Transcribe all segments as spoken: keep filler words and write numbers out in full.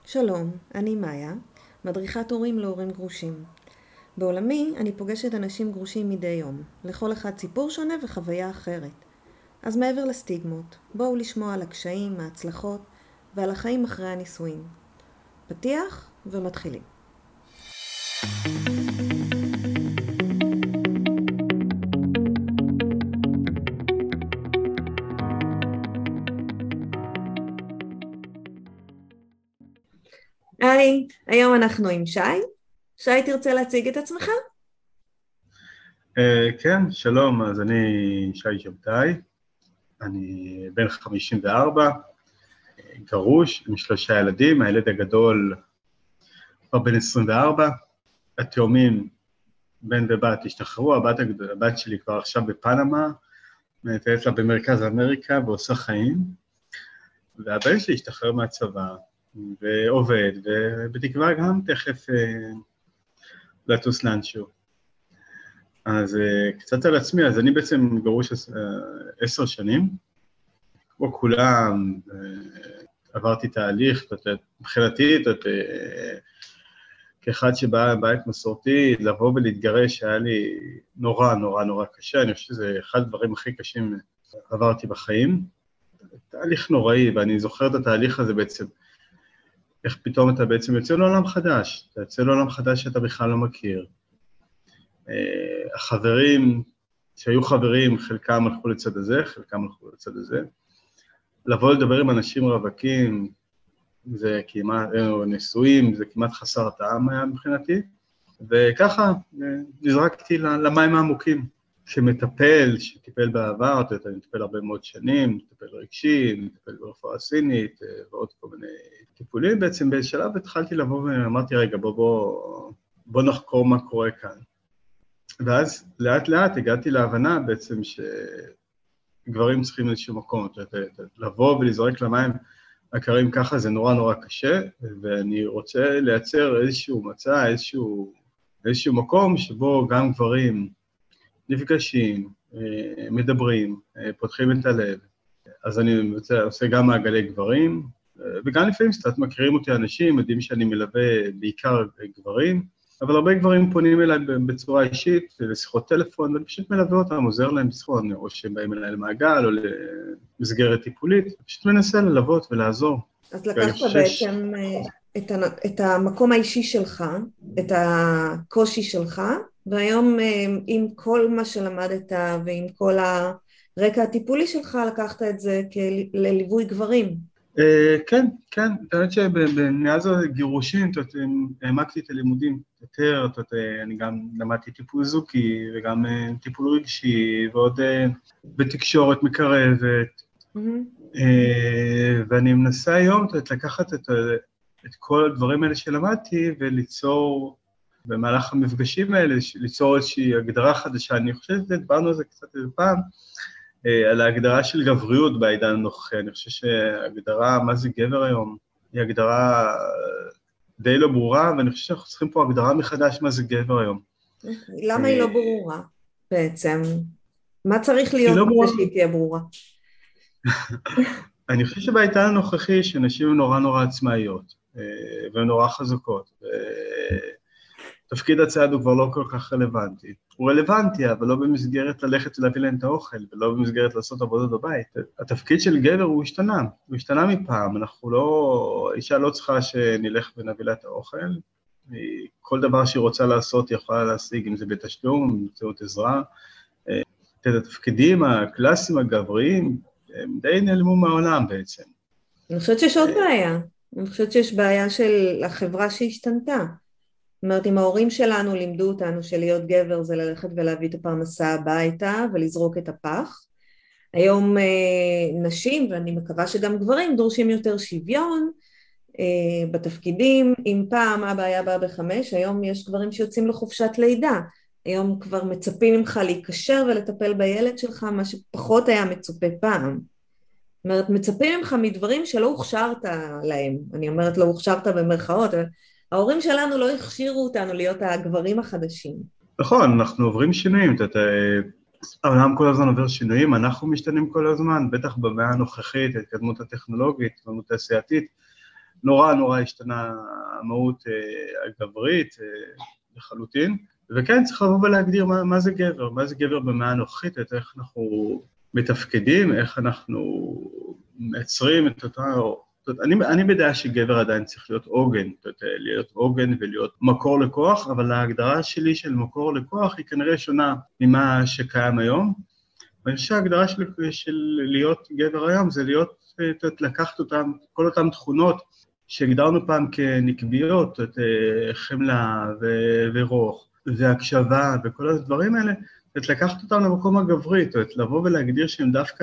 שלום, אני מאיה, מדריכת הורים להורים גרושים. בעולמי אני פוגשת אנשים גרושים מדי יום, לכל אחד סיפור שונה וחוויה אחרת. אז מעבר לסטיגמות, בואו לשמוע על הקשיים, ההצלחות ועל החיים אחרי הנישואים. פתיח ומתחילים. היי, היום אנחנו עם שי. שי, תרצה להציג את עצמך? כן, שלום, אז אני שי שבתאי, אני בן חמישים וארבע, גרוש עם שלושה ילדים, הילד הגדול כבר בן עשרים וארבע, התאומים בן ובת השתחררו, הבת, הגדול, הבת שלי כבר עכשיו בפנמה, מטיילת לה במרכז אמריקה ועושה חיים, והבן שלי השתחרר מהצבא ועובד, ובתקווה גם תכף לטוס לאנשהו. אז uh, קצת על עצמי, אז אני בעצם גרוש uh, עשר שנים, כמו כולם, uh, עברתי תהליך, מבחינתי, uh, כאחד שבא בית מסורתי, לבוא ולהתגרש, היה לי נורא נורא נורא קשה, אני חושב שזה אחד הדברים הכי קשים עברתי בחיים, תהליך נוראי, ואני זוכר את התהליך הזה בעצם, איך פתאום אתה בעצם יוצא לעולם חדש, אתה יוצא לעולם חדש שאתה בכלל לא מכיר, Uh, החברים שהיו חברים, חלקם הלכו לצד הזה, חלקם הלכו לצד הזה. לבוא לדבר עם אנשים רווקים, זה כמעט, נשואים, זה כמעט חסר טעם היה מבחינתי, וככה נזרקתי למים העמוקים, שמטפל, שטיפל בעבר, אני מטפל הרבה מאוד שנים, מטפל רגשי, מטפל ברפואה סינית, ועוד כל מיני טיפולים. בעצם בשלב התחלתי לבוא ואמרתי, רגע, בוא, בוא, בוא נחקור מה קורה כאן. ואז לאט לאט הגעתי להבנה בעצם שגברים צריכים איזשהו מקום, לבוא ולזרק למים הקרים ככה זה נורא נורא קשה, ואני רוצה לייצר איזשהו מצע, איזשהו, איזשהו מקום שבו גם גברים נפגשים, מדברים, פותחים את הלב. אז אני עושה גם מעגלי גברים, וגם לפעמים קצת מכירים אותי אנשים, יודעים שאני מלווה בעיקר גברים, אבל הרבה גברים פונים אליי בצורה אישית, לשיחות טלפון, ואני פשוט מלווה אותם, עוזר להם בשיחות, או שהם באים אליי למעגל, או למסגרת טיפולית, פשוט מנסה ללוות ולעזור. אז לקחת בעצם את, את המקום האישי שלך, את הקושי שלך, והיום עם כל מה שלמדת ועם כל הרקע הטיפולי שלך, לקחת את זה לליווי גברים. כן, כן, באמת שבמאז הגירושים, העמקתי את הלימודים יותר, אני גם למדתי טיפול זוגי וגם טיפול רגשי ועוד בתקשורת מקרבת, ואני מנסה היום לקחת את כל הדברים האלה שלמדתי וליצור במהלך המפגשים האלה, ליצור איזושהי הגדרה חדשה. אני חושב שדברנו על זה קצת איזה פעם, על ההגדרה של גבריות בעידן הנוכחי. אני חושב שהגדרה, מה זה גבר היום, היא הגדרה די לא ברורה, ואני חושב שאנחנו צריכים פה הגדרה מחדש מה זה גבר היום. למה היא לא ברורה בעצם? מה צריך להיות כדי שהיא תהיה ברורה? אני חושב שבעידן הנוכחי שנשים הן נורא נורא עצמאיות, והן נורא חזקות, תפקיד הצעד הוא כבר לא כל כך רלוונטי. הוא רלוונטי, אבל לא במסגרת ללכת ולהביא להם את האוכל, ולא במסגרת לעשות עבודות בבית. התפקיד של גבר הוא השתנה, הוא השתנה מפעם, אנחנו לא, אישה לא צריכה שנלך ונביא לה את האוכל, כל דבר שהיא רוצה לעשות היא יכולה להשיג, אם זה בתשלום, באמצעות עזרה. את התפקידים הקלאסיים הגבריים, הם די נעלמו מהעולם בעצם. אני חושבת שיש עוד בעיה, אני חושבת שיש בעיה של החברה שהשתנתה. זאת אומרת, אם ההורים שלנו לימדו אותנו שלהיות גבר זה ללכת ולהביא את הפרנסה הביתה ולזרוק את הפח, היום אה, נשים, ואני מקווה שגם גברים, דורשים יותר שוויון אה, בתפקידים. אם פעם אבא היה בא בחמש, היום יש גברים שיוצאים לחופשת לידה. היום כבר מצפים ממך להיקשר ולטפל בילד שלך, מה שפחות היה מצופה פעם. זאת אומרת, מצפים ממך מדברים שלא הוכשרת להם. אני אומרת לא הוכשרת במרכאות, אבל ההורים שלנו לא הכשירו אותנו להיות הגברים החדשים. נכון, אנחנו עוברים שינויים, העולם כל הזמן עובר שינויים, אנחנו משתנים כל הזמן, בטח במאה הנוכחית, ההתקדמות הטכנולוגית, ההתקדמות העשייתית, נורא נורא השתנה המהות הגברית לחלוטין, וכן צריך לבוא ולהגדיר מה, מה זה גבר, מה זה גבר במאה הנוכחית, את איך אנחנו מתפקדים, איך אנחנו מייצרים את אותה, אני, אני בדעה שגבר עדיין צריך להיות עוגן, להיות עוגן ולהיות מקור לכוח, אבל ההגדרה שלי של מקור לכוח היא כנראה שונה ממה שקיים היום, ואני חושב שההגדרה של, של להיות גבר היום זה להיות, לקחת אותם, כל אותם תכונות שהגדרנו פעם כנקביות, את חמלה ו- ורוח והקשבה וכל הדברים האלה, את לקחת אותם למקום הגברי, את לבוא ולהגדיר שהם דווקא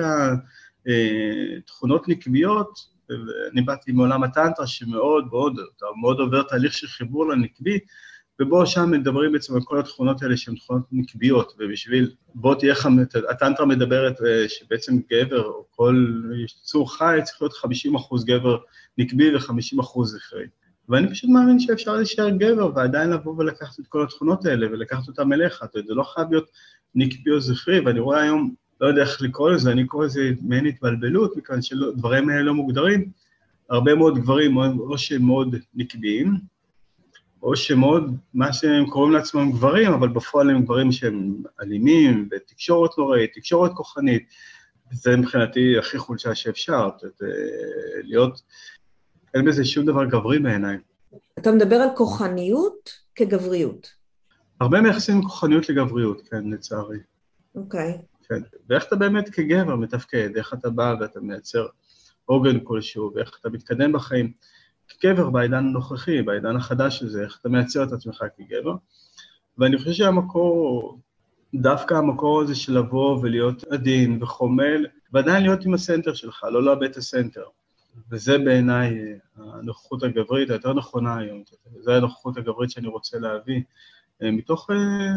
אה, תכונות נקביות, ואני באתי מעולם הטנטרה שמאוד מאוד, מאוד עובר תהליך של חיבור לנקבי, ובו שם מדברים בעצם על כל התכונות האלה שהן תכונות נקביות, ובשביל, בוא תהיה חמת, הטנטרה מדברת שבעצם גבר, או כל צור חי, צריך להיות חמישים אחוז גבר נקבי ו-חמישים אחוז זכרי. ואני פשוט מאמין שאפשר להישאר גבר, ועדיין לבוא ולקחת את כל התכונות האלה, ולקחת אותם אליך, זה לא חייב להיות נקבי או זכרי, ואני רואה היום, לא יודע איך לקרוא לזה, אני קורא לזה מעין התבלבלות, מכיוון שדברים האלה לא מוגדרים, הרבה מאוד גברים, או שהם מאוד נקביים, או שמאוד, מה שהם קוראים לעצמם גברים, אבל בפועל הם גברים שהם אלימים, בתקשורת נוראית, תקשורת כוחנית, זה מבחינתי הכי חולשה שאפשר, להיות, אין בזה שום דבר גברי בעיניי. אתה מדבר על כוחניות כגבריות. הרבה מייחסים כוחניות לגבריות, כן, לצערי. אוקיי. כן, ואיך אתה באמת כגבר מתפקד, איך אתה בא ואתה מייצר עוגן כלשהו, ואיך אתה מתקדם בחיים, כגבר בעידן הנוכחי, בעידן החדש הזה, איך אתה מייצר את עצמך כגבר, ואני חושב שהמקור, דווקא המקור הזה של לבוא ולהיות עדין וחומל, ועדיין להיות עם הסנטר שלך, לא לאבד את הסנטר, וזה בעיניי הנוכחות הגברית, היותר נכונה היום, זה הנוכחות הגברית שאני רוצה להביא, מתוך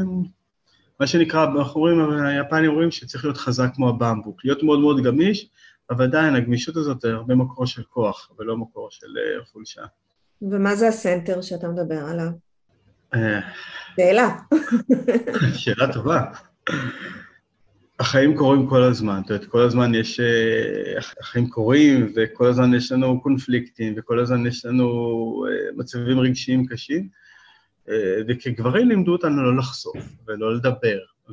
מה שנקרא, אנחנו רואים, היפנים רואים שצריך להיות חזק כמו הבמבוק, להיות מאוד מאוד גמיש, אבל עדיין הגמישות הזאת היא הרבה מקור של כוח, ולא מקור של חולשה. ומה זה הסנטר שאתה מדבר עליו? שאלה. שאלה טובה. החיים קורים כל הזמן, זאת אומרת, כל הזמן יש, החיים קורים, וכל הזמן יש לנו קונפליקטים, וכל הזמן יש לנו מצבים רגשיים קשים, וכגברים לימדו אותנו לא לחשוף, ולא לדבר,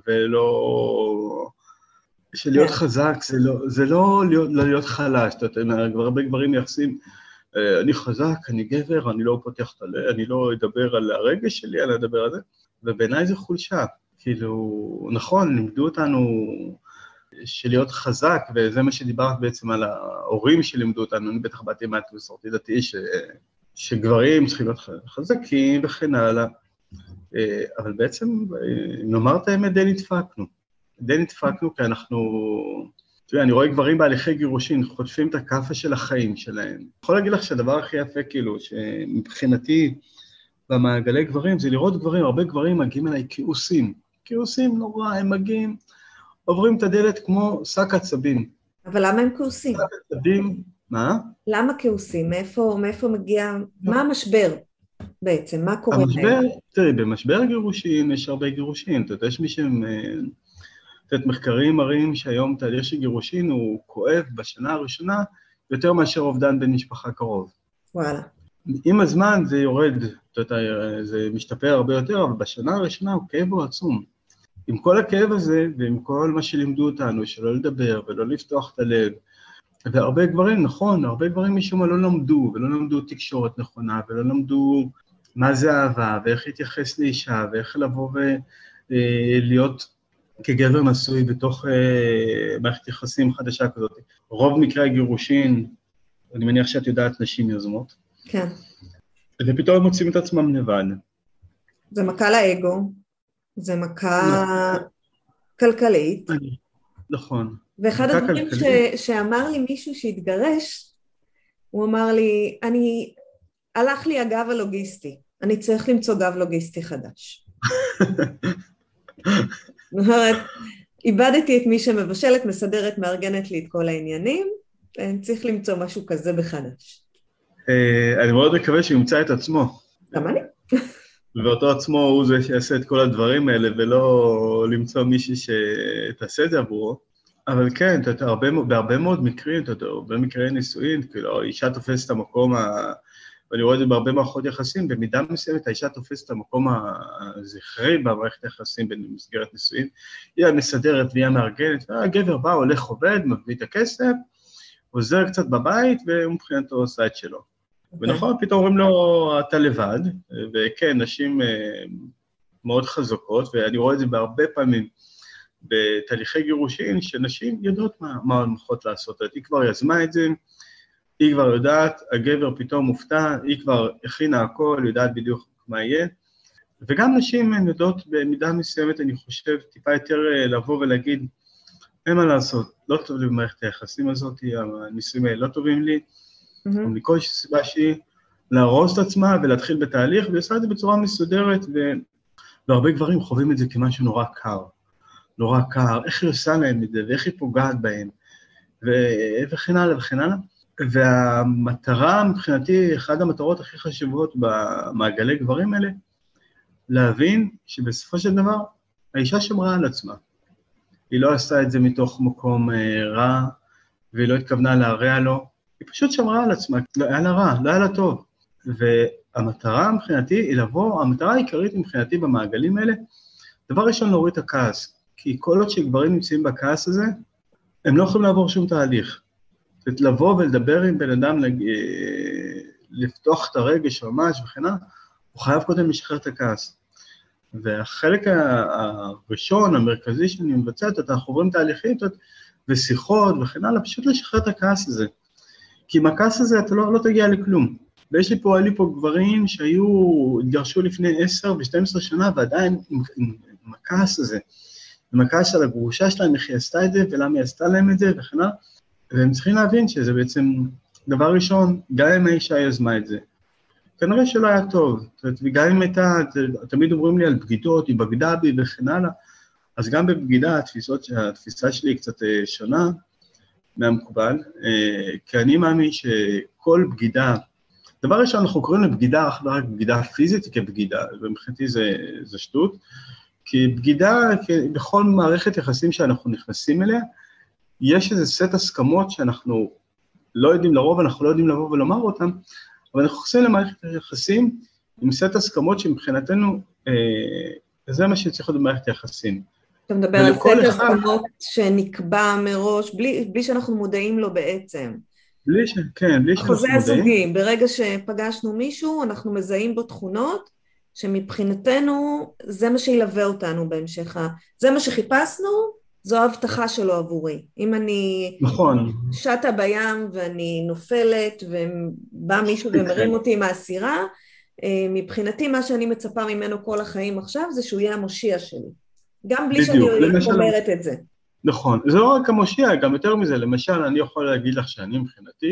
ולא... שלהיות חזק זה לא, זה לא להיות, לא להיות חלש, זאת אומרת, הרבה גברים מייחסים, אני חזק, אני גבר, אני לא פותח את הלב, אני לא אדבר על הרגש שלי, אני אדבר על זה, ובעיניי זה חולשה, כאילו, נכון, לימדו אותנו שלהיות חזק, וזה מה שדיברת בעצם על ההורים שלימדו אותנו, אני בטח באתי מהמסורתי דתי, ש, שגברים צריכים להיות חזקים וכן הלאה, אבל בעצם, אם נאמר את האמת, די נדפקנו. די נדפקנו כי אנחנו, תראה, אני רואה גברים בהליכי גירושין, חוטפים את הכאפה של החיים שלהם. אני יכול להגיד לך שהדבר הכי יפה, כאילו, שמבחינתי במעגלי גברים, זה לראות גברים, הרבה גברים מגיעים אליי כעוסים. כעוסים נורא, הם מגיעים, עוברים את הדלת כמו שק עצבים. אבל למה הם כעוסים? שק עצבים, מה? למה כעוסים? מאיפה, מאיפה מגיע, מה המשבר בעצם? מה קורה? המשבר, תראי, במשבר גירושין יש הרבה גירושין, אתה יודע, יש מי שהם... זאת אומרת, מחקרים מראים שהיום תהליך של גירושין הוא כואב בשנה הראשונה יותר מאשר אובדן בן משפחה קרוב. וואלה. עם הזמן זה יורד, זאת אומרת, זה משתפר הרבה יותר, אבל בשנה הראשונה הוא כאב הוא עצום. עם כל הכאב הזה ועם כל מה שלימדו אותנו, שלא לדבר ולא לפתוח את הלב, והרבה גברים, נכון, הרבה גברים משום מה לא למדו, ולא למדו תקשורת נכונה, ולא למדו מה זה אהבה, ואיך להתייחס לאישה, ואיך לבוא ולהיות... כגבר נשוי בתוך אה, מערכת יחסים חדשה כזאת. רוב מקרי הגירושין, אני מניח שאת יודעת, נשים יוזמות. כן. ופתאום הם מוצאים את עצמם לבד. זה מכה לאגו, זה מכה נכון. כלכלית. נכון. ואחד הדברים ש, שאמר לי מישהו שהתגרש, הוא אמר לי, אני, הלך לי הגב הלוגיסטי, אני צריך למצוא גב לוגיסטי חדש. זאת אומרת, איבדתי את מי שמבשלת, מסדרת, מארגנת לי את כל העניינים, ואני צריך למצוא משהו כזה בחדש. אני מאוד מקווה שימצא את עצמו. גם אני. ואותו עצמו הוא זה שיעשה את כל הדברים האלה, ולא למצוא מישהי שתעשה את זה עבורו. אבל כן, בהרבה מאוד מקרים, בהרבה מקרי נישואין, כאילו, האישה תופסת את המקום ואני רואה את זה בהרבה מערכות יחסים, במידה מסוימת האישה תופסת את המקום הזכרי במערכת היחסים במסגרת נישואים, היא המסדרת והיא המארגנת, הגבר בא, הולך עובד, מביא את הכסף, עוזר קצת בבית, ומבחינתו עושה את שלו. Okay. ונכון, פתאום אומרים לו, אתה לבד, וכן, נשים מאוד חזקות, ואני רואה את זה בהרבה פעמים, בתהליכי גירושין, שנשים יודעות מה, מה הן הולכות לעשות, היא כבר יזמה את זה, היא כבר יודעת, הגבר פתאום מופתע, היא כבר הכינה הכל, יודעת בדיוק מה יהיה, וגם נשים הן יודעות במידה מסוימת, אני חושב, טיפה יותר לבוא ולהגיד, אין מה לעשות, לא טוב לי במערכת היחסים הזאת, הנישואים האלה לא טובים לי, mm-hmm. ומכל סיבה שהיא להרוס את עצמה ולהתחיל בתהליך, ועושה את זה בצורה מסודרת, ו... והרבה גברים חווים את זה כמשהו נורא קר, נורא קר, איך היא עושה להם את זה, ואיך היא פוגעת בהם, ו... וכן הלאה וכן הלאה. והמטרה מבחינתי, אחת המטרות הכי חשובות במעגלי גברים האלה, להבין שבסופו של דבר, האישה שמרה על עצמה. היא לא עשתה את זה מתוך מקום אה, רע, והיא לא התכוונה להרע לו, היא פשוט שמרה על עצמה, לא היה לה רע, לא היה לה טוב. והמטרה מבחינתי היא לבוא, המטרה העיקרית מבחינתי במעגלים האלה, דבר ראשון להוריד את הכעס, כי כל עוד שגברים נמצאים בכעס הזה, הם לא יכולים לעבור שום תהליך. זאת לבוא ולדבר עם בן אדם, לפתוח את הרגש ממש וכן הלאה, הוא חייב קודם לשחרר את הכעס. והחלק הראשון, המרכזי שאני מבצעת, אנחנו עוברים תהליכים ושיחות וכן הלאה, פשוט לשחרר את הכעס הזה. כי עם הכעס הזה אתה לא, לא תגיע לכלום. ויש לי פה, לי פה גברים שהיו, התגרשו לפני עשר ו-שתים עשרה שנה, ועדיין עם, עם, עם הכעס הזה, עם הכעס על הגרושה שלהם, איך היא עשתה את זה, ולמה היא עשתה להם את זה וכן הלאה, והם צריכים להבין שזה בעצם דבר ראשון, גם אם האישה יזמה את זה. כנראה שלא היה טוב, וגם אם הייתה, תמיד אומרים לי על בגידות, היא בגדה בי וכן הלאה, אז גם בבגידה, התפיסות, התפיסה שלי היא קצת שונה מהמקובל, כי אני מאמין שכל בגידה, דבר ראשון אנחנו קוראים לבגידה, אך ורק בגידה פיזית כבגידה, ומבחינתי זה, זה שטות, כי בגידה, בכל מערכת יחסים שאנחנו נכנסים אליה, יש איזה סט הסכמות שאנחנו לא יודעים לרוב, אנחנו לא יודעים לבוא ולומר אותם, אבל אנחנו חושבים למערכת היחסים עם סט הסכמות שמבחינתנו, אה, זה מה שצריך להיות במערכת היחסים. אתה מדבר על סט הסכמות שנקבע מראש, בלי, בלי שאנחנו מודעים לו בעצם. בלי ש... כן, בלי שאנחנו מודעים. החוזה הזוגי, ברגע שפגשנו מישהו, אנחנו מזהים בו תכונות, שמבחינתנו זה מה שילווה אותנו בהמשך. זה מה שחיפשנו, זו ההבטחה שלו עבורי. אם אני נכון. שטה בים ואני נופלת ובא מישהו ומרים אותי מהסירה, מבחינתי מה שאני מצפה ממנו כל החיים עכשיו זה שהוא יהיה המושיע שלי. גם בלי שאני אומרת את זה. נכון. זה לא רק המושיע, גם יותר מזה. למשל, אני יכול להגיד לך שאני מבחינתי,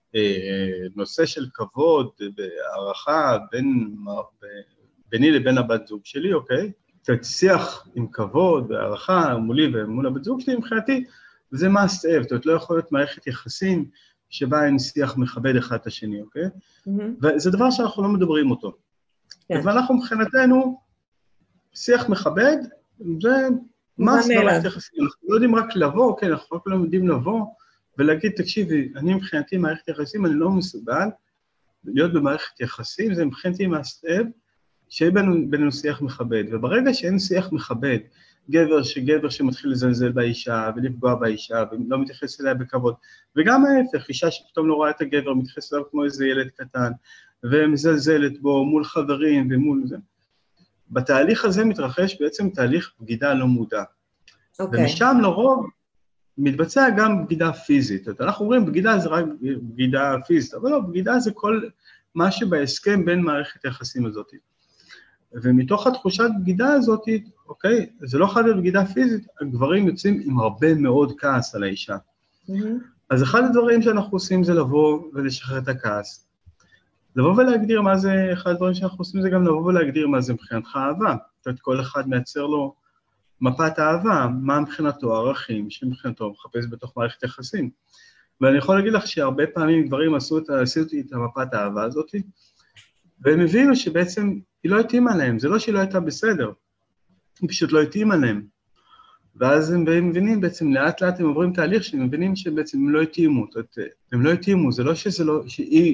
נושא של כבוד והערכה בין, ביני לבין הבת זוג שלי, אוקיי? קצת שיח עם כבוד והערכה מולי ומול הבת זוג שלי, מבחינתי, זה must have, זאת אומרת, לא יכול להיות מערכת יחסים שבה אין שיח מכבד אחד את השני, אוקיי? Mm-hmm. וזה דבר שאנחנו לא מדברים אותו. Yeah. ואנחנו מבחינתנו, שיח מכבד, זה must מערכת יחסים, אנחנו לא יודעים רק לבוא, כן, אנחנו רק לא יודעים לבוא, ולהגיד, תקשיבי, אני מבחינתי מערכת יחסים, אני לא מסוגל להיות במערכת יחסים, זה מבחינתי must have, שיהיה בינינו שיח מכבד, וברגע שאין שיח מכבד, גבר שגבר שמתחיל לזלזל באישה, ולפגוע באישה, ולא מתייחס אליה בכבוד, וגם ההפך, אישה שפתאום לא רואה את הגבר, מתייחס אליו כמו איזה ילד קטן, ומזלזלת בו מול חברים ומול זה. בתהליך הזה מתרחש בעצם תהליך בגידה לא מודע. Okay. ומשם לרוב מתבצע גם בגידה פיזית. אנחנו אומרים, בגידה זה רק בגידה פיזית, אבל לא, בגידה זה כל מה שבהסכם בין מערכת היחסים הזאת. ומתוך התחושת בגידה הזאת, אוקיי, זה לא חייב בגידה פיזית, הגברים יוצאים עם הרבה מאוד כעס על האישה. Mm-hmm. אז אחד הדברים שאנחנו עושים זה לבוא ולשחרר את הכעס. לבוא ולהגדיר מה זה, אחד הדברים שאנחנו עושים זה גם לבוא ולהגדיר מה זה מבחינתך אהבה. זאת אומרת, כל אחד מייצר לו מפת אהבה, מה מבחינתו, ערכים שמבחינתו מחפש בתוך מערכת יחסים. ואני יכול להגיד לך שהרבה פעמים גברים עשו את, עשו את המפת האהבה הזאת, והם הבינו שבעצם היא לא התאימה להם, זה לא שהיא לא הייתה בסדר, היא פשוט לא התאימה להם. ואז הם מבינים בעצם, לאט לאט הם עוברים תהליך שהם מבינים שבעצם הם לא התאימו, הם לא התאימו, זה לא שזה לא, שהיא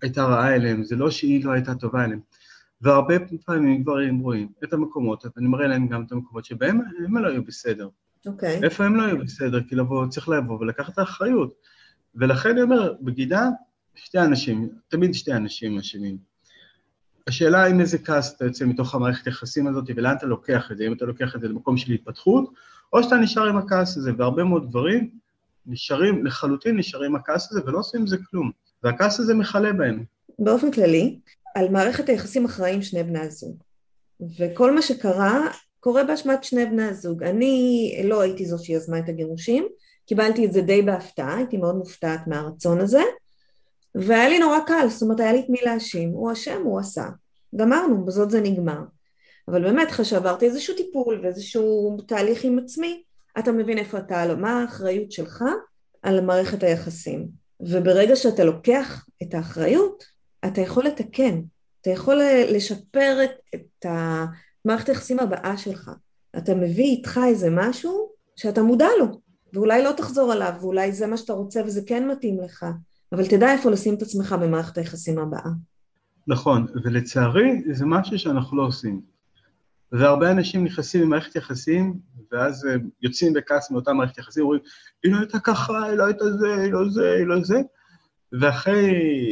הייתה רעה אליהם, זה לא שהיא לא הייתה טובה אליהם. והרבה פעמים גברים רואים את המקומות, אני מראה להם גם את המקומות שבהם הם לא היו בסדר. אוקיי. איפה הם לא היו בסדר? כי לבוא, צריך לבוא ולקחת את האחריות. ולכן אני אומר, בגידה, שתי אנשים, תמיד שתי אנשים אשמים. השאלה אם איזה כעס אתה יוצא מתוך המערכת היחסים הזאת, ולאן אתה לוקח את זה, אם אתה לוקח את זה למקום של התפתחות, או שאתה נשאר עם הכעס הזה, והרבה מאוד דברים נשארים, לחלוטין נשארים עם הכעס הזה, ולא עושים עם זה כלום. והכעס הזה מחלה בהם. באופן כללי, על מערכת היחסים אחראים שני בני הזוג. וכל מה שקרה, קורה באשמת שני בני הזוג. אני לא הייתי זו שיזמה את הגירושים, קיבלתי את זה די בהפתעה, הייתי מאוד מופתעת מהרצון הזה, והיה לי נורא קל, זאת אומרת, היה לי את מי להאשים, הוא אשם, הוא עשה. גמרנו, בזאת זה נגמר. אבל באמת, אחרי שעברתי איזשהו טיפול ואיזשהו תהליך עם עצמי, אתה מבין איפה אתה, מה האחריות שלך על מערכת היחסים. וברגע שאתה לוקח את האחריות, אתה יכול לתקן, אתה יכול לשפר את, את המערכת היחסים הבאה שלך. אתה מביא איתך איזה משהו שאתה מודע לו, ואולי לא תחזור עליו, ואולי זה מה שאתה רוצה וזה כן מתאים לך. אבל תדע איפה לשים את עצמך במערכת היחסים הבאה. נכון, ולצערי זה משהו שאנחנו לא עושים. והרבה אנשים נכנסים במערכת יחסים, ואז יוצאים בכעס מאותה מערכת יחסים, אומרים, היא לא הייתה ככה, היא לא הייתה זה, היא לא זה, היא לא זה, ואחרי,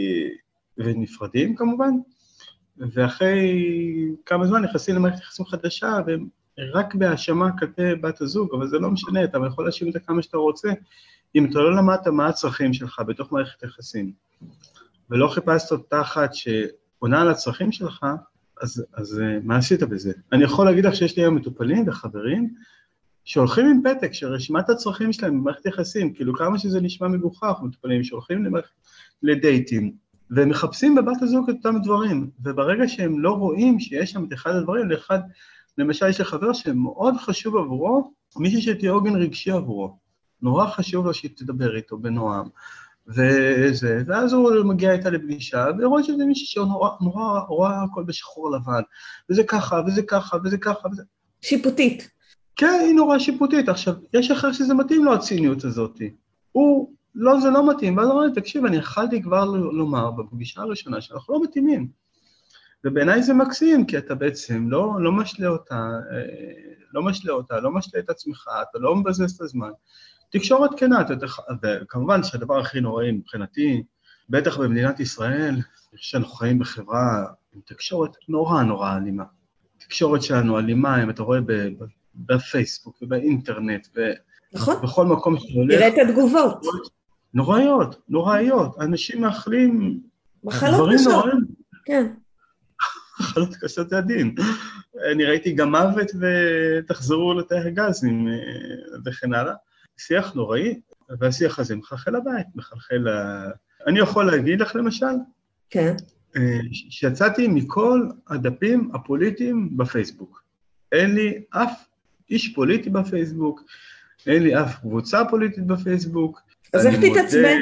ונפרדים כמובן, ואחרי כמה זמן נכנסים למערכת יחסים חדשה, והם רק בהאשמה כלפי בת הזוג, אבל זה לא משנה, אתה יכול להאשים אותה כמה שאתה רוצה, אם אתה לא למדת מה הצרכים שלך בתוך מערכת יחסים, ולא חיפשת אותה אחת שעונה על הצרכים שלך, אז, אז מה עשית בזה? אני יכול להגיד לך שיש לי היום מטופלים וחברים, שהולכים עם פתק שרשימת הצרכים שלהם במערכת יחסים, כאילו כמה שזה נשמע מגוחך, מטופלים שהולכים למערכת, לדייטים, והם מחפשים בבת הזוג את אותם דברים, וברגע שהם לא רואים שיש שם את אחד הדברים, לאחד, למשל יש לחבר שמאוד חשוב עבורו, מישהו שתהיה עוגן רגשי עבורו, נורא חשוב לו שתדבר איתו בנועם, וזה, ואז הוא מגיע איתה לפגישה, ורואה שזה מישהו שנורא, נורא, רואה הכל בשחור לבן, וזה ככה, וזה ככה, וזה ככה, וזה... שיפוטית. כן, היא נורא שיפוטית. עכשיו, יש אחר שזה מתאים לו הציניות הזאת. הוא, לא, זה לא מתאים, ואז אמרתי, תקשיב, אני יכלתי כבר לומר בפגישה הראשונה שאנחנו לא מתאימים. ובעיניי זה מקסים, כי אתה בעצם לא, לא משלה אותה, לא משלה אותה, לא משלה את עצמך, אתה לא מבזז את הזמן. תקשורת כנה, וכמובן שהדבר הכי נוראי מבחינתי, בטח במדינת ישראל, שאנחנו חיים בחברה עם תקשורת נורא נורא אלימה. תקשורת שלנו אלימה, אם אתה רואה בפייסבוק ובאינטרנט, ובכל מקום שהולך... תראה את התגובות. נוראיות, נוראיות. אנשים מאכלים... מחלות קשות. כן. מחלות קשות זה הדין. אני ראיתי גם מוות ותחזרו לתאי הגזים וכן הלאה. שיח נוראי, והשיח הזה מחלחל הבית, מחלחל ה... אני יכול להגיד לך למשל, כן. שיצאתי מכל הדפים הפוליטיים בפייסבוק. אין לי אף איש פוליטי בפייסבוק, אין לי אף קבוצה פוליטית בפייסבוק. אז איך תתעצבן?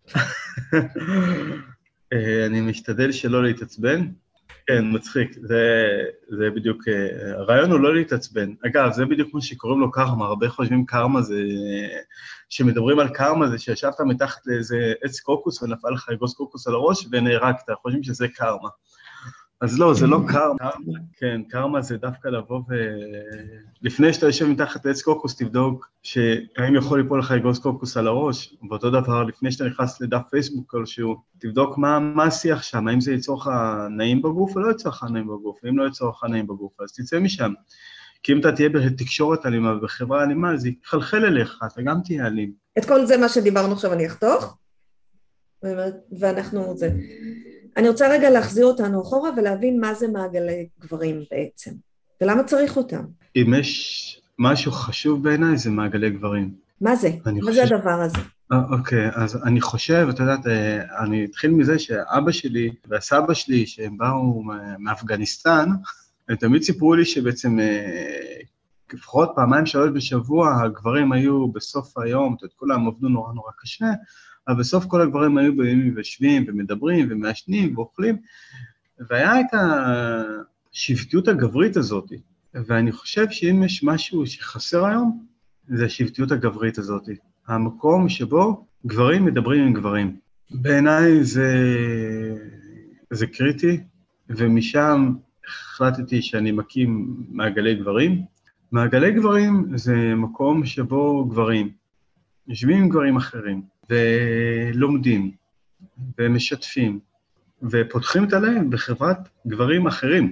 אני משתדל שלא להתעצבן. כן, מצחיק, זה, זה בדיוק, הרעיון הוא לא להתעצבן. אגב, זה בדיוק כמו שקוראים לו קרמה, הרבה חושבים קרמה זה, שמדברים על קרמה זה שישבת מתחת לאיזה עץ קוקוס ונפל לך אגוז קוקוס על הראש ונהרקת, חושבים שזה קרמה. אז לא, זה לא קרמה, כן, קרמה זה דווקא לבוא ו... לפני שאתה יושב מתחת לעץ קוקוס, תבדוק שהאם יכול ליפול לך אגוז קוקוס על הראש, ואותו דבר, לפני שאתה נכנס לדף פייסבוק כלשהו, תבדוק מה, מה השיח שם, האם זה ייצור לך נעים בגוף או לא ייצור לך נעים בגוף, ואם לא ייצור לך נעים בגוף, אז תצא משם. כי אם אתה תהיה בתקשורת אלימה ובחברה אלימה, אז יחלחל אליך, אתה גם תהיה אלים. את כל זה מה שדיברנו עכשיו אני אחתוך, ואנחנו זה... אני רוצה רגע להחזיר אותנו אחורה ולהבין מה זה מעגלי גברים בעצם, ולמה צריך אותם. אם יש משהו חשוב בעיניי, זה מעגלי גברים. מה זה? מה חושב... זה הדבר הזה? אוקיי, אז אני חושב, אתה יודעת, אני אתחיל מזה שאבא שלי והסבא שלי, שהם באו מאפגניסטן, הם תמיד סיפרו לי שבעצם, לפחות פעמיים שלוש בשבוע, הגברים היו בסוף היום, את כולם עבדו נורא נורא קשה, אבל בסוף כל הגברים היו באים ויושבים ומדברים ומעשנים ואוכלים, והיה את השבטיות הגברית הזאת, ואני חושב שאם יש משהו שחסר היום, זה השבטיות הגברית הזאת, המקום שבו גברים מדברים עם גברים. בעיניי זה, זה קריטי, ומשם החלטתי שאני מקים מעגלי גברים. מעגלי גברים זה מקום שבו גברים יושבים עם גברים אחרים, ולומדים, ומשתפים, ופותחים את הלב בחברת גברים אחרים.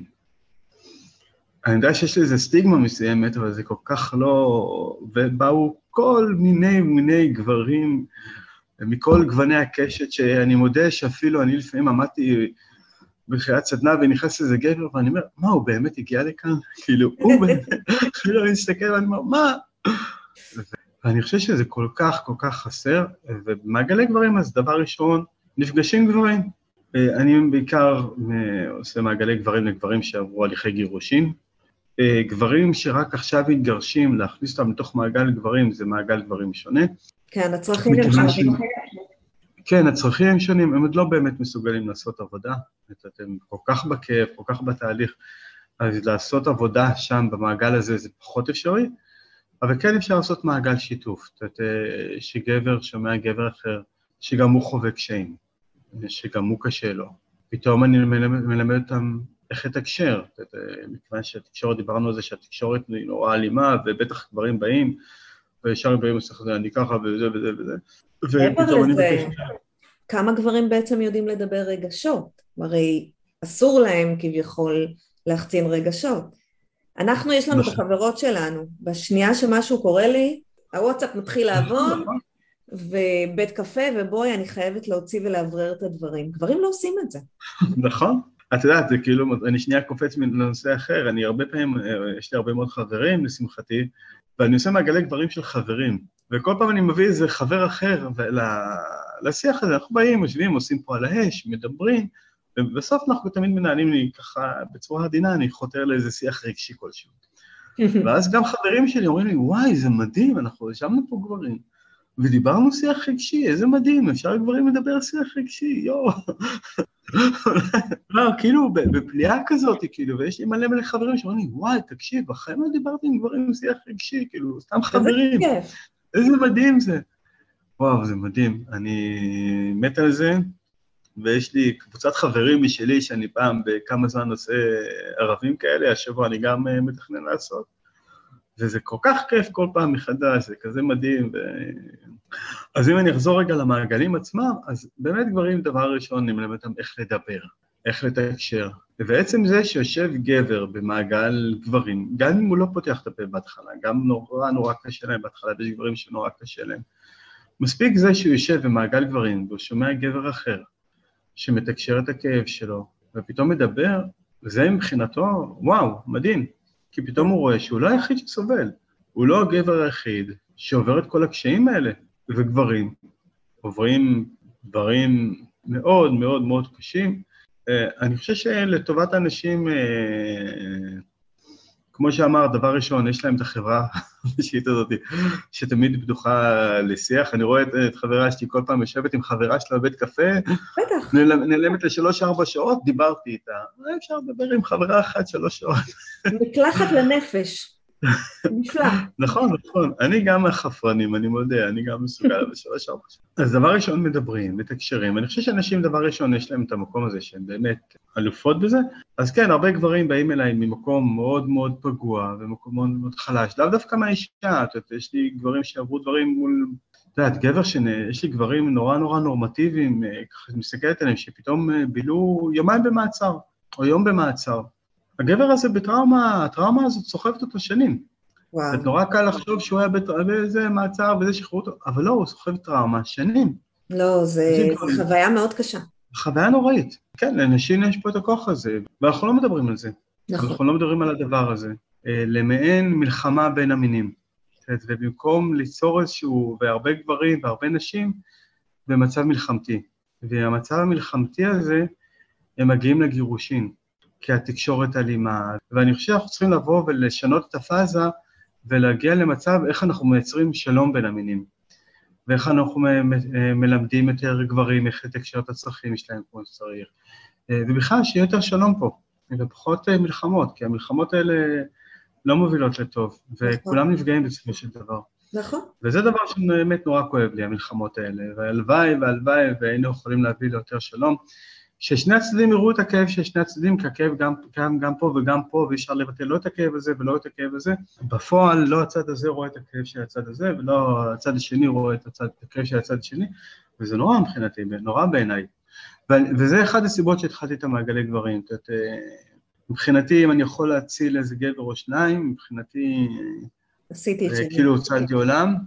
אני יודע שיש לי איזה סטיגמה מסוימת, אבל זה כל כך לא... ובאו כל מיני מיני גברים, מכל גווני הקשת, שאני מודה שאפילו אני לפעמים עמדתי בחיית סדנה, ונכנס לזה גבר, ואני אומר, מה, הוא באמת הגיע לכאן? כאילו, הוא באמת, כאילו, אני מסתכל, ואני אומר, מה? ואני חושב שזה כל כך, כל כך חסר, ובמעגלי גברים, אז דבר ראשון, נפגשים גברים. אני בעיקר עושה מעגלי גברים לגברים שעברו הליכי גירושים. גברים שרק עכשיו מתגרשים, להכניס אותם לתוך מעגל גברים, זה מעגל גברים שונה. כן, הצרכים הם שונים. כן, הצרכים הם שונים, הם עוד לא באמת מסוגלים לעשות עבודה, אתם כל כך בכאב, כל כך בתהליך, אז לעשות עבודה שם במעגל הזה זה פחות אפשרי, אבל כן אפשר לעשות מעגל שיתוף, זאת אומרת, שגבר שומע גבר אחר, שגם הוא חווה קשיים, שגם הוא קשה לו. פתאום אני מלמד, מלמד אותם איך לתקשר, מכיוון שהתקשורת, דיברנו על זה שהתקשורת היא נורא אלימה, ובטח גברים באים, וישר באים לסך זה, אני ככה וזה וזה וזה. מעבר לזה, כמה גברים בעצם יודעים לדבר רגשות? הרי אסור להם כביכול להחצין רגשות. אנחנו, יש לנו את החברות שלנו, בשנייה שמשהו קורה לי, הוואטסאפ מתחיל לעבוד, ובית קפה, ובואי, אני חייבת להוציא ולעברר את הדברים. גברים לא עושים את זה. נכון. את יודעת, זה כאילו, אני שנייה קופץ לנושא אחר, אני הרבה פעמים, יש לי הרבה מאוד חברים, לשמחתי, ואני עושה מעגלי גברים של חברים, וכל פעם אני מביא איזה חבר אחר לשיח הזה, אנחנו באים, יושבים, עושים פה על האש, מדברים, ובסוף אנחנו תמיד מנהלים לי ככה, בצורה עדינה, אני חותר לאיזה שיח רגשי כלשהו. ואז גם חברים שלי אומרים לי, וואי, זה מדהים, אנחנו ישבנו פה גברים, ודיברנו שיח רגשי, איזה מדהים, אפשר גברים לדבר שיח רגשי, יואו. לא, כאילו, בפליאה כזאת, כאילו, ויש לי מלא מלא חברים שאומרים לי, וואי, תקשיב, אחרי מה דיברתי עם גברים עם שיח רגשי, כאילו, סתם חברים. איזה מדהים זה. וואו, זה מדהים. אני מת על זה, ויש לי קבוצת חברים משלי, שאני פעם בכמה זמן עושה ערבים כאלה, השבוע אני גם מתכנן לעשות. וזה כל כך כיף כל פעם מחדש, זה כזה מדהים. ו... אז אם אני אחזור רגע למעגלים עצמם, אז באמת גברים דבר ראשון, אני מלמד אותם איך לדבר, איך לתקשר. ובעצם זה שיושב גבר במעגל גברים, גם אם הוא לא פותח את הפה בהתחלה, גם נורא נורא קשה להם בהתחלה, יש גברים שנורא קשה להם. מספיק זה שהוא יושב במעגל גברים, והוא שומע גבר אחר, שמתקשר את הכאב שלו, ופתאום מדבר, זה מבחינתו, וואו, מדהים. כי פתאום הוא רואה שהוא לא היחיד שסובל, הוא לא הגבר היחיד שעובר את כל הקשיים האלה, וגברים עוברים דברים מאוד מאוד מאוד קשים. אני חושב שלטובת האנשים, כמו שאמר, דבר ראשון, יש להם את החברה השיעית הזאת, שתמיד פתוחה לשיח. אני רואה את, את חברה שלי, כל פעם יושבת עם חברה שלה בבית קפה, בטח. נעלמת לשלוש ארבע שעות, דיברתי איתה. אפשר לדבר עם חברה אחת שלוש שעות. מקלחת לנפש. נפלא. נכון, נכון. אני גם מהחפרנים, אני מודה, אני גם מסוגל בשלוש ארבע שעות. אז דבר ראשון מדברים, מתקשרים. אני חושב שאנשים דבר ראשון יש להם את המקום הזה שהם באמת אלופות בזה. אז כן, הרבה גברים באים אליי ממקום מאוד מאוד פגוע, ומקום מאוד מאוד חלש. לאו דווקא מהאישה, יש לי גברים שעברו דברים מול... אתה יודעת, גבר שיש לי גברים נורא נורא נורמטיביים, ככה מסתכלת עליהם, שפתאום בילו יומיים במעצר, או יום במעצר. הגבר הזה בטראומה, הטראומה הזאת סוחבת אותו שנים. וואו. זה נורא קל לחשוב שהוא היה באיזה מעצר וזה שחררו אותו, אבל לא, הוא סוחב טראומה שנים. לא, זה חוויה מאוד קשה. חוויה נוראית. כן, לאנשים יש פה את הכוח הזה, ואנחנו לא מדברים על זה. נכון. אנחנו לא מדברים על הדבר הזה. למעין מלחמה בין המינים. ובמקום ליצור איזשהו, והרבה גברים והרבה נשים, במצב מלחמתי. והמצב המלחמתי הזה, הם מגיעים לגירושין. כי התקשורת אלימה, ואני חושב שאנחנו צריכים לבוא ולשנות את הפאזה, ולהגיע למצב איך אנחנו מייצרים שלום בין המינים, ואיך אנחנו מלמדים יותר גברים, איך לתקשר את הצרכים שלהם כמו שצריך, ובכלל שיהיה יותר שלום פה, ופחות מלחמות, כי המלחמות האלה לא מובילות לטוב, וכולם נפגעים בסופו של דבר. נכון. וזה דבר שבאמת נורא כואב לי, המלחמות האלה, והלוואי והלוואי, והיינו יכולים להביא ליותר שלום, ששני הצדדים יראו את הכאב של שני הצדדים, כי הכאב גם, גם, גם פה וגם פה, ואי אפשר לבטל לא את הכאב הזה ולא את הכאב הזה. בפועל לא הצד הזה רואה את הכאב של הצד הזה, ולא הצד השני רואה את, הצד, את הכאב של הצד השני, וזה נורא מבחינתי, נורא בעיניי. וזה אחד הסיבות שהתחלתי את המעגלי גברים. זאת, מבחינתי, אם אני יכול להציל איזה גבר או שניים, מבחינתי, עשיתי את שלי. כאילו הוצלתי עולם,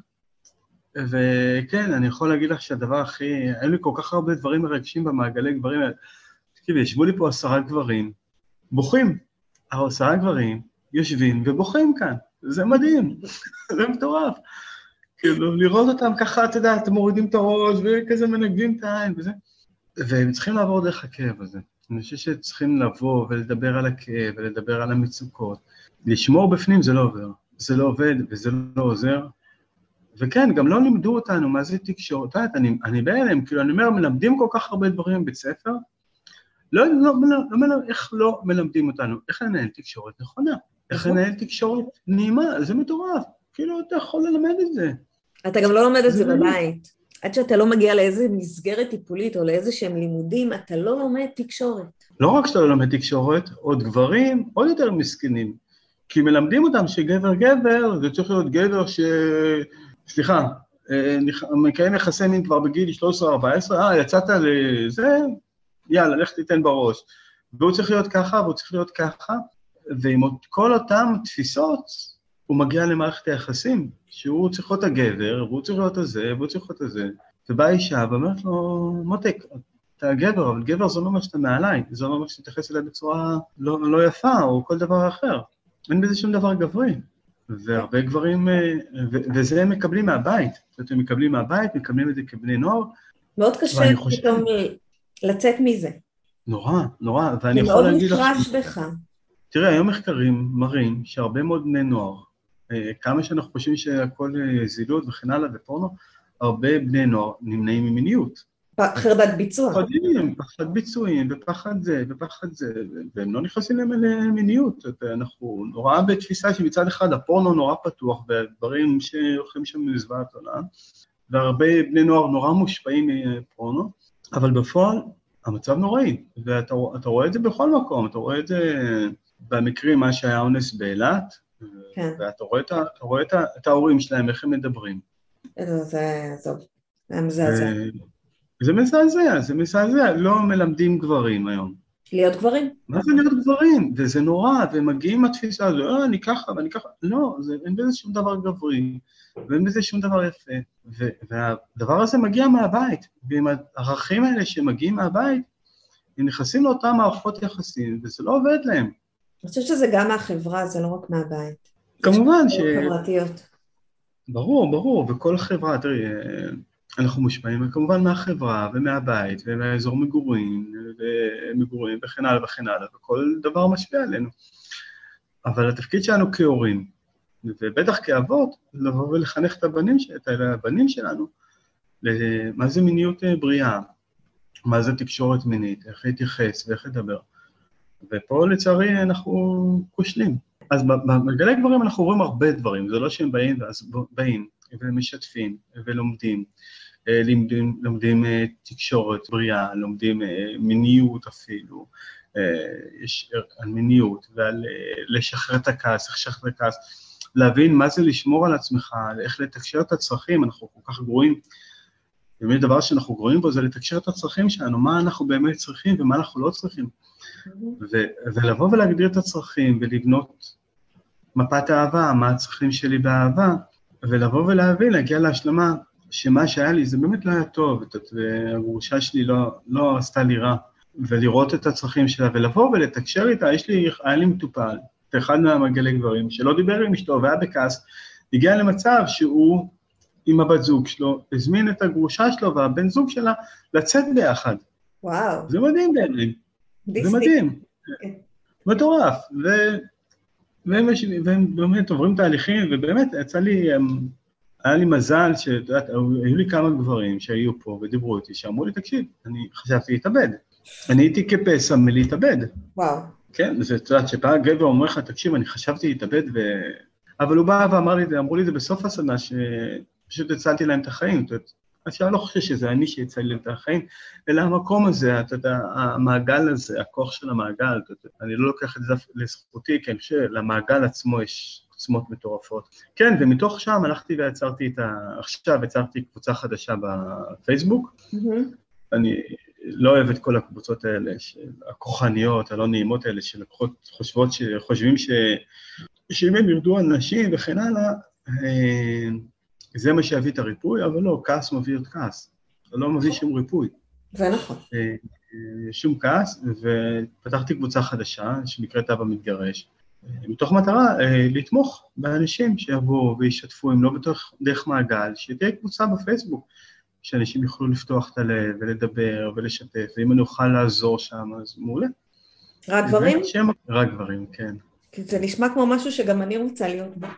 וכן, אני יכול להגיד לך שהדבר הכי, אין לי כל כך הרבה דברים מרגשים במעגלי גברים, תקשיבי, ישבו לי פה עשרה גברים, בוכים, עשרה גברים, יושבים ובוכים כאן, זה מדהים, זה מטורף, כאילו, לראות אותם ככה, אתה יודע, אתם מורידים את הראש, וכזה מנגבים את העין וזה, והם צריכים לעבור דרך הכאב הזה, אני חושב שצריכים לבוא ולדבר על הכאב, ולדבר על המצוקות, לשמור בפנים זה לא עובר, זה לא עובד וזה לא עוזר, וכן, גם לא לימדו אותנו מה זה תקשורת, אני, אני בהלם, כאילו אני אומר, מלמדים כל כך הרבה דברים בבית ספר, לא, לא, לא, לא, לא, איך לא מלמדים אותנו, איך לנהל תקשורת נכונה, איך לנהל תקשורת נעימה, זה מטורף, כאילו אתה יכול ללמד את זה. אתה גם לא לומד את זה בבית, עד שאתה לא מגיע לאיזה מסגרת טיפולית או לאיזה שהם לימודים, אתה לא לומד תקשורת. לא רק שאתה לא לומד תקשורת, עוד גברים, עוד יותר מסכנים, כי מלמדים אותם שגבר גבר, זה צריך להיות גבר ש... סליחה, מקיים יחסי מין כבר בגיל שלוש עשרה ארבע עשרה, אה, יצאת לזה, יאללה, לך תיתן בראש. והוא צריך להיות ככה, והוא צריך להיות ככה, ועם כל אותם תפיסות, הוא מגיע למערכת היחסים, שהוא צריך להיות הגבר, והוא צריך להיות הזה, והוא צריך להיות הזה. ובאה אישה ואומרת לו, מותק, אתה גבר, אבל גבר זה לא אומר שאתה מעליי, זה לא אומר שתתייחס אליי בצורה לא, לא יפה, או כל דבר אחר. אין בזה שום דבר גברי. והרבה גברים, וזה הם מקבלים מהבית, זאת אומרת, הם מקבלים מהבית, מקבלים את זה כבני נוער. מאוד קשה פתאום לצאת מזה. נורא, נורא, ואני יכול להגיד לך... זה מאוד מושרש בך. תראה, היום מחקרים מראים שהרבה מאוד בני נוער, כמה שאנחנו חושבים שהכל זילות וכן הלאה ופורנו, הרבה בני נוער נמנעים ממיניות. חרדת ביצוע. פחדים, פחד ביצועים, ופחד זה, ופחד זה, והם לא נכנסים להם למיניות. אנחנו נורא בתפיסה שמצד אחד הפורנו נורא פתוח, והדברים שהולכים שם מזוועת עולם, והרבה בני נוער נורא מושפעים מפורנו, אבל בפועל המצב נוראי, ואתה רואה את זה בכל מקום, אתה רואה את זה במקרים מה שהיה אונס באילת, כן. ואתה רואה, את, אתה רואה את, את ההורים שלהם, איך הם מדברים. זה, זה, זה מזעזע. זה מזעזע, זה מזעזע, לא מלמדים גברים היום. להיות גברים? מה זה להיות גברים? וזה נורא, והם מגיעים מהתפיסה הזו, אה, אני ככה ואני ככה, לא, זה, אין בזה שום דבר גברי, ואין בזה שום דבר יפה, ו, והדבר הזה מגיע מהבית, ועם הערכים האלה שמגיעים מהבית, הם נכנסים לאותם מערכות יחסים, וזה לא עובד להם. אני חושבת שזה גם מהחברה, זה לא רק מהבית. כמובן ש... חברתיות. ברור, ברור, וכל חברה, תראי, אנחנו מושפעים כמובן מהחברה ומהבית ומהאזור מגורים ומגורים וכן הלאה וכן הלאה, וכל דבר משפיע עלינו. אבל התפקיד שלנו כהורים, ובטח כאבות, לבוא ולחנך את הבנים, את הבנים שלנו, מה זה מיניות בריאה, מה זה תקשורת מינית, איך להתייחס ואיך לדבר. ופה לצערי אנחנו כושלים. אז במעגלי גברים אנחנו רואים הרבה דברים, זה לא שהם באים ואז באים ומשתפים ולומדים, לומדים, לומדים תקשורת בריאה, לומדים מיניות אפילו, יש על מיניות ועל לשחרר את הכעס, איך לשחרר את הכעס, להבין מה זה לשמור על עצמך, איך לתקשר את הצרכים, אנחנו כל כך גרועים, באמת דבר שאנחנו גרועים בו זה לתקשר את הצרכים שלנו, מה אנחנו באמת צריכים ומה אנחנו לא צריכים, ו- ולבוא ולהגדיר את הצרכים ולבנות מפת אהבה, מה הצרכים שלי באהבה, ולבוא ולהבין, להגיע להשלמה, שמה שהיה לי זה באמת לא היה טוב, והגרושה שלי לא, לא עשתה לי רע, ולראות את הצרכים שלה, ולבוא ולתקשר איתה, יש לי, היה לי מטופל, אחד מהמעגלי גברים, שלא דיבר עם אשתו, והיה בכעס, הגיע למצב שהוא עם הבת זוג שלו, הזמין את הגרושה שלו והבן זוג שלה לצאת ביחד. וואו. זה מדהים בעיניי. זה מדהים. מטורף. והם באמת עוברים תהליכים, ובאמת יצא לי, היה לי מזל שאת יודעת, היו לי כמה גברים שהיו פה ודיברו איתי, שאמרו לי, תקשיב, אני חשבתי להתאבד. אני הייתי כפסע מלהתאבד. וואו. כן, זה, את יודעת, שפעם גבר אומר לך, תקשיב, אני חשבתי להתאבד, ו... אבל הוא בא ואמר לי, אמרו לי זה בסוף הסדנה, שפשוט הצלתי להם את החיים, זאת אומרת, אז שאני לא חושב שזה אני שיצא לי את החיים, אלא המקום הזה, אתה יודע, המעגל הזה, הכוח של המעגל, אני לא לוקח את זה לזכותי, כי אני חושב שלמעגל עצמו יש עוצמות מטורפות. כן, ומתוך שם הלכתי ויצרתי את ה... עכשיו יצרתי קבוצה חדשה בפייסבוק, אני לא אוהב את כל הקבוצות האלה, הכוחניות, הלא נעימות האלה, שלקחות חושבות, שחושבים ש... שאם הם ירדו אנשים וכן הלאה, זה מה שיביא את הריפוי, אבל לא, כעס מביא את כעס. זה לא מביא שום ריפוי. זה נכון. שום כעס, ופתחתי קבוצה חדשה, שנקראת אבא מתגרש, מתוך מטרה לתמוך באנשים שיבואו וישתפו, אם לא בתוך דרך מעגל, שתהיה קבוצה בפייסבוק, שאנשים יוכלו לפתוח את הלב ולדבר ולשתף, ואם אני אוכל לעזור שם, אז מעולה. רק גברים? רק גברים, כן. כי זה נשמע כמו משהו שגם אני רוצה להיות בו.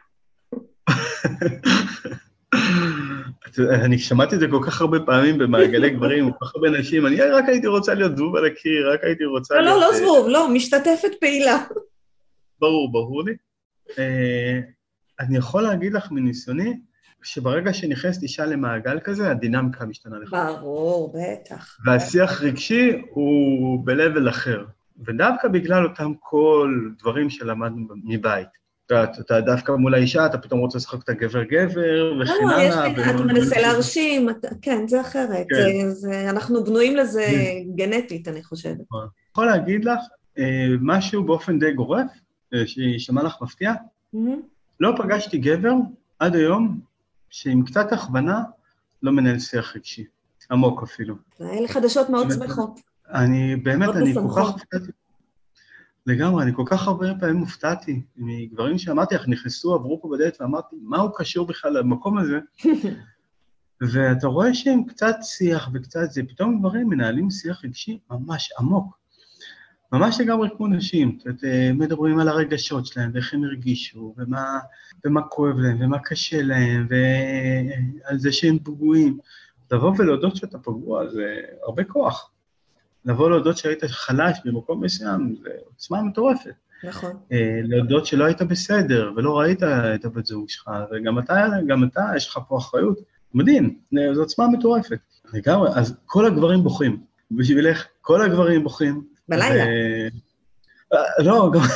אני שמעתי את זה כל כך הרבה פעמים במעגלי גברים, כל כך הרבה נשים, אני רק הייתי רוצה להיות זבוב על הקיר, רק הייתי רוצה להיות... לא, לא, לא זבוב, לא, משתתפת פעילה. ברור, ברור לי. אני יכול להגיד לך מניסיוני, שברגע שנכנסת אישה למעגל כזה, הדינמיקה משתנה לך. ברור, בטח. והשיח רגשי הוא ב-level אחר. ודווקא בגלל אותם כל דברים שלמדנו מבית. אתה דווקא מול האישה, אתה פתאום רוצה לשחק את הגבר-גבר, וכן הלאה. אתה מנסה להרשים, כן, זה אחרת. אנחנו בנויים לזה גנטית, אני חושבת. אני יכול להגיד לך משהו באופן די גורף, שישמע לך מפתיע. לא פגשתי גבר עד היום, שעם קצת הכוונה לא מנהל שיח רגשי, עמוק אפילו. אלה חדשות מאוד שמחות. אני באמת, אני כל כך הופתעתי. לגמרי, אני כל כך הרבה פעמים הופתעתי, מגברים שאמרתי, איך נכנסו, עברו פה בדלת, ואמרתי, מה הוא קשור בכלל למקום הזה? ואתה רואה שהם קצת שיח וקצת זה, פתאום גברים מנהלים שיח רגשי ממש עמוק. ממש לגמרי כמו נשים, מדברים על הרגשות שלהם, ואיך הם הרגישו, ומה, ומה כואב להם, ומה קשה להם, ועל זה שהם פגועים. לבוא ולהודות שאתה פגוע, זה הרבה כוח. לבוא להודות שהיית חלש במקום מסוים, זה עוצמה מטורפת. נכון. להודות שלא היית בסדר, ולא ראית את הבת זוג שלך, וגם אתה, גם אתה, יש לך פה אחריות. מדהים, זו עוצמה מטורפת. לגמרי, אז כל הגברים בוכים. בשבילך, כל הגברים בוכים. בלילה. לא, גם...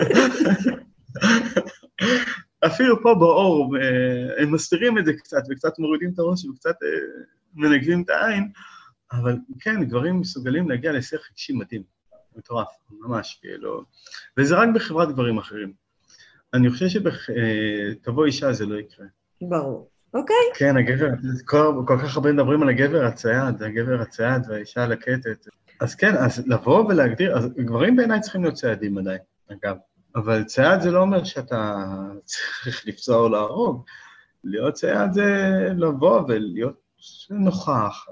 אפילו פה באור, הם מסתירים את זה קצת, וקצת מורידים את הראש, וקצת מנגבים את העין, אבל כן, גברים מסוגלים להגיע לשיח רגשי מדהים, מטורף, ממש, כאילו, וזה רק בחברת גברים אחרים. אני חושב שתבוא אישה זה לא יקרה. ברור, אוקיי. כן, הגבר, כל, כל כך הרבה מדברים על הגבר הצייד, הגבר הצייד והאישה הלקטת. אז כן, אז לבוא ולהגדיר, אז גברים בעיניי צריכים להיות ציידים עדיין, אגב. אבל צייד זה לא אומר שאתה צריך לפצוע או להרוג. להיות צייד זה לבוא ולהיות נוכח,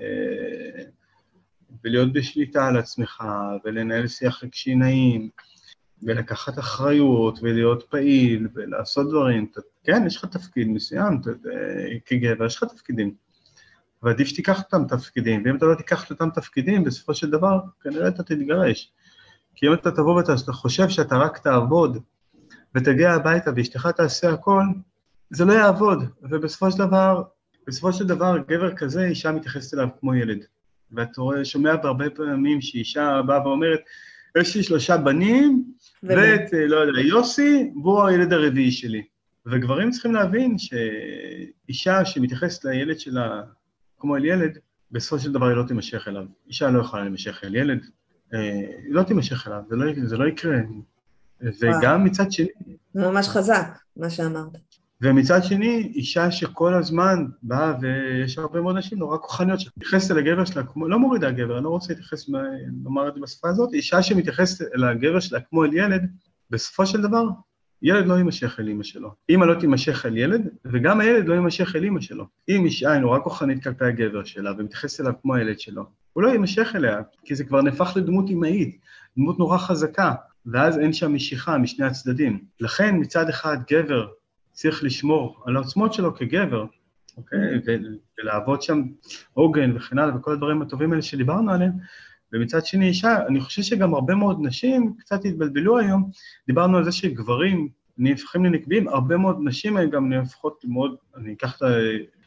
ולהיות בשליטה על עצמך, ולנהל שיח רגשי נעים, ולקחת אחריות, ולהיות פעיל, ולעשות דברים. כן, יש לך תפקיד מסוים, כגבר, יש לך תפקידים. ועדיף שתיקח אותם תפקידים, ואם אתה לא תיקח אותם תפקידים, בסופו של דבר, כנראה אתה תתגרש. כי אם אתה תבוא ואתה חושב שאתה רק תעבוד, ותגיע הביתה ואשתך תעשה הכל, זה לא יעבוד. ובסופו של דבר, בסופו של דבר, גבר כזה, אישה מתייחסת אליו כמו ילד. ואתה רואה, שומע בהרבה פעמים שאישה באה ואומרת, יש לי שלושה בנים, ואת, לא יודע, יוסי, והוא הילד הרביעי שלי. וגברים צריכים להבין שאישה שמתייחסת לילד שלה כמו אל ילד, בסופו של דבר היא לא תימשך אליו. אישה לא יכולה להימשך אל ילד, היא לא תימשך אליו, זה לא, זה לא יקרה. וגם מצד שני... זה ממש חזק, מה שאמרת. ומצד שני, אישה שכל הזמן באה, ויש הרבה מאוד נשים נורא כוחניות, שמתייחסת אל הגבר שלה, כמו, לא מורידה הגבר, אני לא רוצה להתייחס, לומר את זה בשפה הזאת, אישה שמתייחסת אל הגבר שלה כמו אל ילד, בסופו של דבר, ילד לא יימשך אל אמא שלו. אמא לא תימשך אל ילד, וגם הילד לא יימשך אל אמא שלו. אם אישה היא נורא כוחנית כלפי הגבר שלה, ומתייחסת אליו כמו הילד שלו, הוא לא יימשך אליה, כי זה כבר נהפך לדמות אמהית, דמות נורא חזקה, ואז אין שם משיכה משני הצדדים. לכן מצד אחד גבר צריך לשמור על העוצמות שלו כגבר, אוקיי? ולעבוד שם עוגן וכן הלאה, וכל הדברים הטובים האלה שדיברנו עליהם, ומצד שני אישה, אני חושב שגם הרבה מאוד נשים קצת התבלבלו היום, דיברנו על זה שגברים נהפכים לנקבים, הרבה מאוד נשים גם נהפכות מאוד, אני אקח את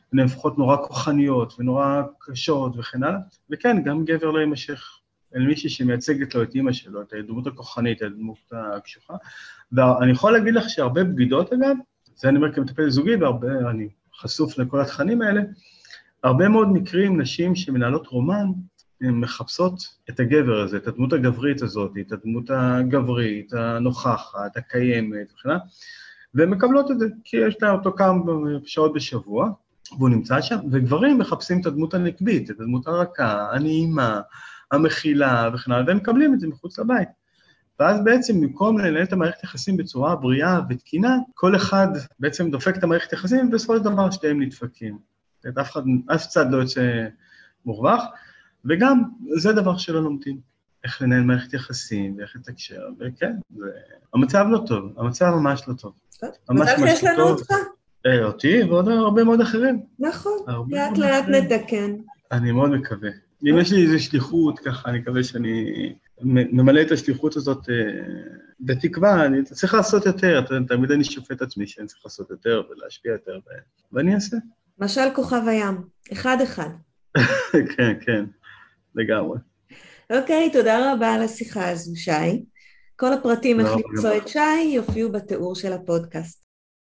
הן לפחות נורא כוחניות ונורא קשות וכן הלאה, וכן, גם גבר לא יימשך אל מישהי שמייצגת לו את אמא שלו, את הדמות הכוחנית, את הדמות הקשוחה, ואני יכול להגיד לך שהרבה בגידות אגב, זה אני אומר כמטפל זוגי, והרבה, אני חשוף לכל התכנים האלה, הרבה מאוד מקרים נשים שמנהלות רומן, הן מחפשות את הגבר הזה, את הדמות הגברית הזאת, את הדמות הגברית, הנוכחת, הקיימת וכן הלאה, והן מקבלות את זה, כי יש לה אותו כמה שעות בשבוע, והוא נמצא שם, וגברים מחפשים את הדמות הנקבית, את הדמות הרכה, הנעימה, המכילה וכן הלאה, והם מקבלים את זה מחוץ לבית. ואז בעצם במקום לנהל את המערכת יחסים בצורה בריאה ותקינה, כל אחד בעצם דופק את המערכת יחסים, ובסופו של דבר שתיהם נדפקים. אף אחד, אף צד לא יוצא מורווח, וגם זה דבר שלא לומדים. איך לנהל מערכת יחסים, ואיך לתקשר, וכן, זה... המצב לא טוב, המצב ממש לא טוב. מזל שיש לנו אותך. אותי ועוד הרבה מאוד אחרים. נכון, לאט לאט נתקן. אני מאוד מקווה. אם יש לי איזו שליחות ככה, אני מקווה שאני ממלא את השליחות הזאת בתקווה, אני צריך לעשות יותר, תמיד אני שופט עצמי שאני צריך לעשות יותר ולהשפיע יותר, ואני אעשה. משל כוכב הים, אחד אחד. כן, כן, לגמרי. אוקיי, תודה רבה על השיחה הזו, שי. כל הפרטים איך למצוא את שי יופיעו בתיאור של הפודקאסט.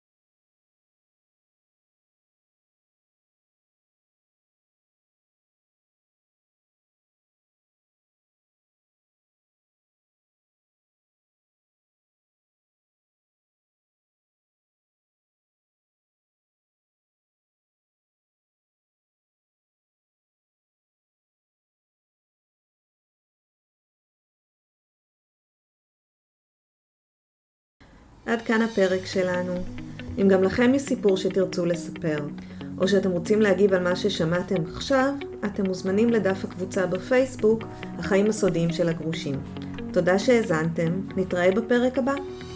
עד כאן הפרק שלנו. אם גם לכם יש סיפור שתרצו לספר, או שאתם רוצים להגיב על מה ששמעתם עכשיו, אתם מוזמנים לדף הקבוצה בפייסבוק, החיים הסודיים של הגרושים. תודה שהאזנתם, נתראה בפרק הבא.